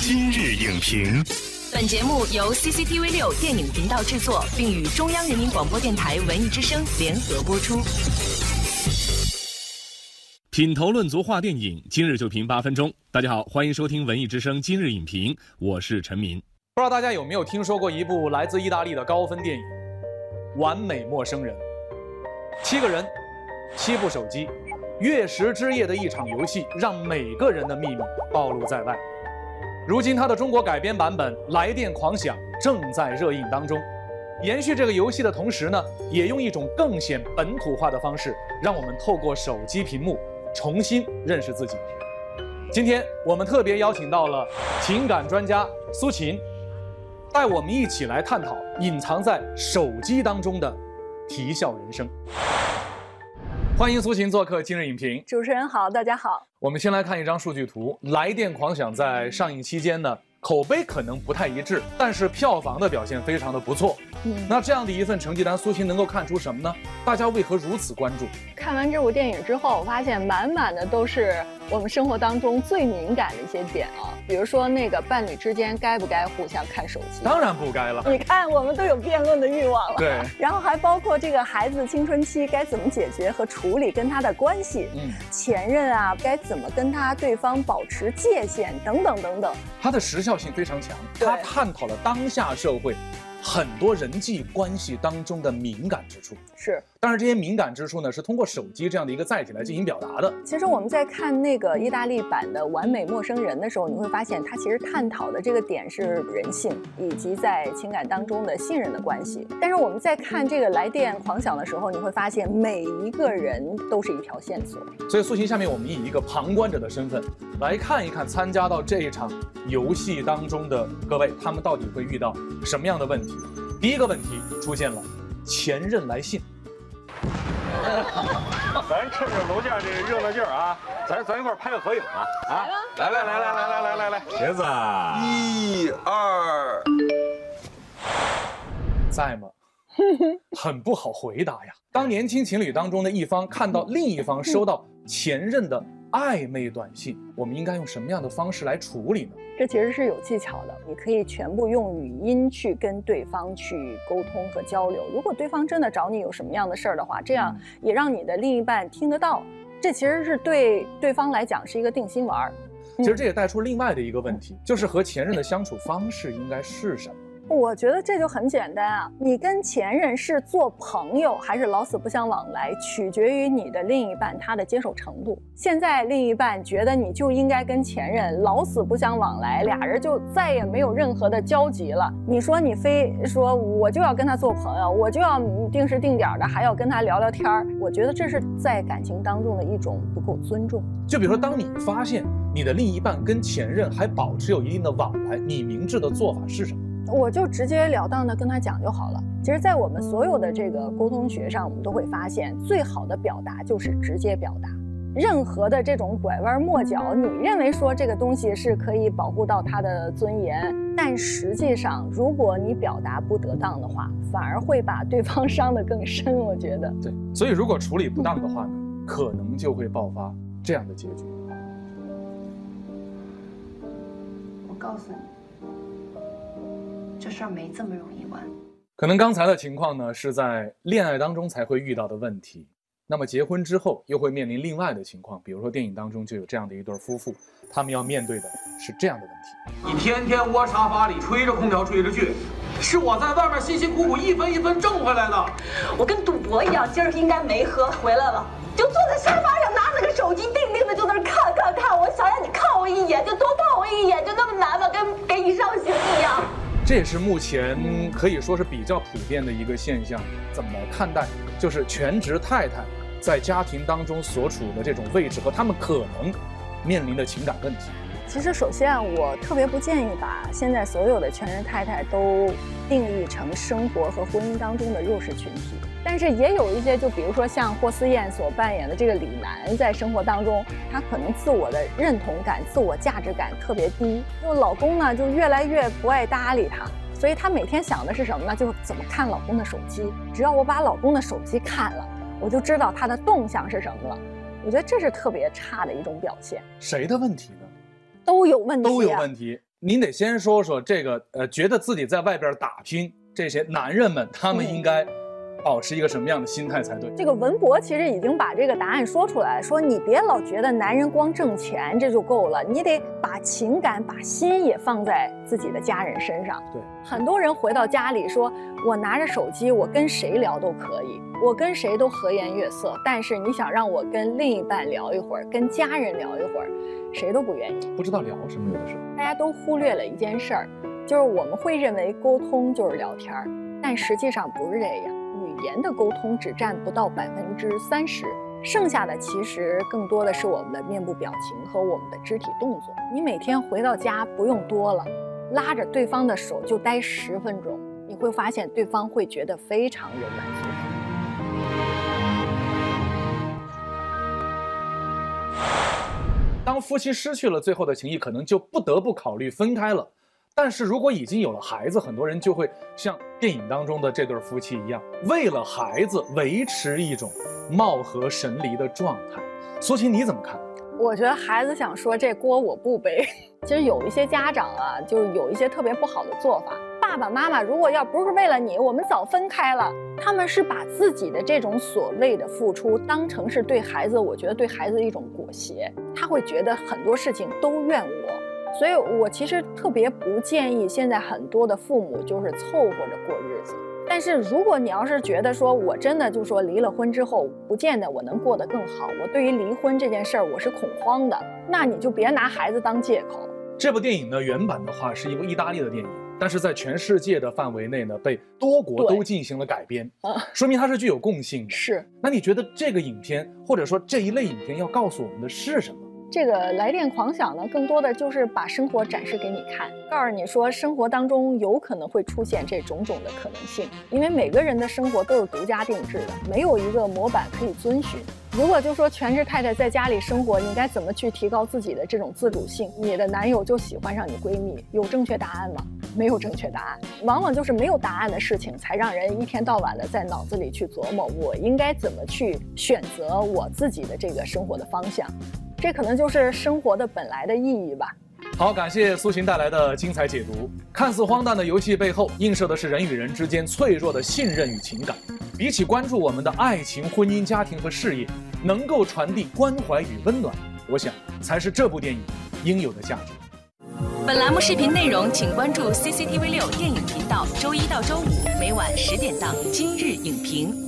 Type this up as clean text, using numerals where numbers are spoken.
今日影评。 本节目由 CCTV6 电影频道制作，并与中央人民广播电台文艺之声联合播出。 品头论足话电影，今日就评8分钟。大家好，欢迎收听文艺之声今日影评，我是陈明。 不知道大家有没有听说过一部来自意大利的高分电影《完美陌生人》？7个人，7部手机，月食之夜的一场游戏，让每个人的秘密暴露在外。如今它的中国改编版本《来电狂想》正在热映当中。延续这个游戏的同时呢，也用一种更显本土化的方式，让我们透过手机屏幕重新认识自己。今天我们特别邀请到了情感专家苏秦，带我们一起来探讨隐藏在手机当中的啼笑人生。欢迎苏秦做客今日影评。 主持人好，大家好。 我们先来看一张数据图，《来电狂想》在上映期间呢，口碑可能不太一致，但是票房的表现非常的不错。那这样的一份成绩单，苏秦能够看出什么呢？大家为何如此关注？ 看完这部电影之后，我发现满满的都是我们生活当中最敏感的一些点啊，比如说那个伴侣之间该不该互相看手机？ 当然不该了。 你看，我们都有辩论的欲望了。 对。 然后还包括这个孩子青春期该怎么解决和处理跟他的关系，前任啊该怎么跟对方保持界限等等等等。 它的时效性非常强，它探讨了当下社会很多人际关系当中的敏感之处。 是， 当然这些敏感之处呢，是通过手机这样的一个载体来进行表达的。 其实我们在看那个意大利版的《完美陌生人》的时候，你会发现它其实探讨的这个点是人性以及在情感当中的信任的关系。但是我们在看这个《来电狂想》的时候，你会发现每一个人都是一条线索。 所以苏秦，下面我们以一个旁观者的身份来看一看参加到这一场游戏当中的各位，他们到底会遇到什么样的问题。第一个问题出现了，前任来信。 咱趁着楼下这热闹劲儿啊，咱一块拍个合影啊！来，茄子，1、2， 在吗？很不好回答呀。当年轻情侣当中的一方看到另一方收到前任的暧昧短信，我们应该用什么样的方式来处理呢？ 这其实是有技巧的，你可以全部用语音去跟对方去沟通和交流。如果对方真的找你有什么样的事儿的话，这样也让你的另一半听得到，这其实是对对方来讲是一个定心丸。 其实这也带出另外的一个问题，就是和前任的相处方式应该是什么？ 我觉得这就很简单啊，你跟前任是做朋友还是老死不相往来，取决于你的另一半他的接受程度。现在另一半觉得你就应该跟前任老死不相往来，俩人就再也没有任何的交集了。你说你非说我就要跟他做朋友，我就要定时定点的还要跟他聊聊天儿，我觉得这是在感情当中的一种不够尊重。 就比如说，当你发现你的另一半跟前任还保持有一定的往来，你明智的做法是什么？ 我就直截了当的跟他讲就好了。其实在我们所有的这个沟通学上，我们都会发现最好的表达就是直接表达。任何的这种拐弯抹角，你认为说这个东西是可以保护到他的尊严，但实际上如果你表达不得当的话，反而会把对方伤得更深，我觉得。 对，所以如果处理不当的话呢，可能就会爆发这样的结局。 我告诉你，这事儿没这么容易完。 可能刚才的情况呢，是在恋爱当中才会遇到的问题，那么结婚之后又会面临另外的情况，比如说电影当中就有这样的一对夫妇，他们要面对的是这样的问题。 你天天窝沙发里吹着空调吹着剧，是我在外面辛辛苦苦一分一分挣回来的。 我跟赌博一样，今儿应该没喝，回来了就坐在沙发上拿着个手机定定的就在那看。我想让你看我一眼，就多看我一眼，就那么难吗？跟给你上刑一样。 这也是目前可以说是比较普遍的一个现象。怎么看待就是全职太太在家庭当中所处的这种位置和他们可能面临的情感问题？ 其实首先我特别不建议把现在所有的全职太太都定义成生活和婚姻当中的弱势群体，但是也有一些，就比如说像霍思燕所扮演的这个李楠，在生活当中她可能自我的认同感、自我价值感特别低，就老公呢就越来越不爱搭理她，所以她每天想的是什么呢？就是怎么看老公的手机，只要我把老公的手机看了，我就知道他的动向是什么了。我觉得这是特别差的一种表现。 谁的问题呢？ 都有问题， 都有问题。 您得先说说这个觉得自己在外边打拼这些男人们，他们应该保持一个什么样的心态才对？ 这个文博其实已经把这个答案说出来，说你别老觉得男人光挣钱这就够了，你得把情感、把心也放在自己的家人身上。 对， 很多人回到家里说，我拿着手机，我跟谁聊都可以，我跟谁都和颜悦色，但是你想让我跟另一半聊一会儿，跟家人聊一会儿，谁都不愿意。 不知道聊什么，有的时候大家都忽略了一件事儿，就是我们会认为沟通就是聊天，但实际上不是这样。语言的沟通只占不到30%，剩下的其实更多的是我们的面部表情和我们的肢体动作。你每天回到家不用多了，拉着对方的手就待10分钟，你会发现对方会觉得非常有满足感。 当夫妻失去了最后的情谊，可能就不得不考虑分开了。但是如果已经有了孩子，很多人就会像电影当中的这对夫妻一样，为了孩子维持一种貌合神离的状态。苏秦，你怎么看？ 我觉得孩子想说这锅我不背。其实有一些家长啊，就是有一些特别不好的做法。爸爸妈妈如果要不是为了你，我们早分开了。他们是把自己的这种所谓的付出当成是对孩子，我觉得对孩子的一种裹挟。他会觉得很多事情都怨我。所以我其实特别不建议现在很多的父母就是凑合着过日子。但是如果你要是觉得说我真的就说离了婚之后不见得我能过得更好，我对于离婚这件事儿我是恐慌的，那你就别拿孩子当借口。 这部电影呢，原版的话是一部意大利的电影，但是在全世界的范围内呢，被多国都进行了改编，说明它是具有共性的。 是。 那你觉得这个影片或者说这一类影片要告诉我们的是什么？ 这个来电狂想呢，更多的就是把生活展示给你看，告诉你说生活当中有可能会出现这种种的可能性，因为每个人的生活都是独家定制的，没有一个模板可以遵循。如果就说全职太太在家里生活，你该怎么去提高自己的这种自主性？你的男友就喜欢上你闺蜜，有正确答案吗？没有正确答案，往往就是没有答案的事情，才让人一天到晚的在脑子里去琢磨，我应该怎么去选择我自己的这个生活的方向。这可能就是生活的本来的意义吧。 好，感谢苏秦带来的精彩解读。看似荒诞的游戏背后，映射的是人与人之间脆弱的信任与情感。比起关注我们的爱情、婚姻、家庭和事业，能够传递关怀与温暖，我想才是这部电影应有的价值。 本栏目视频内容，请关注 CCTV6电影频道，周1到周5每晚10点档《今日影评》。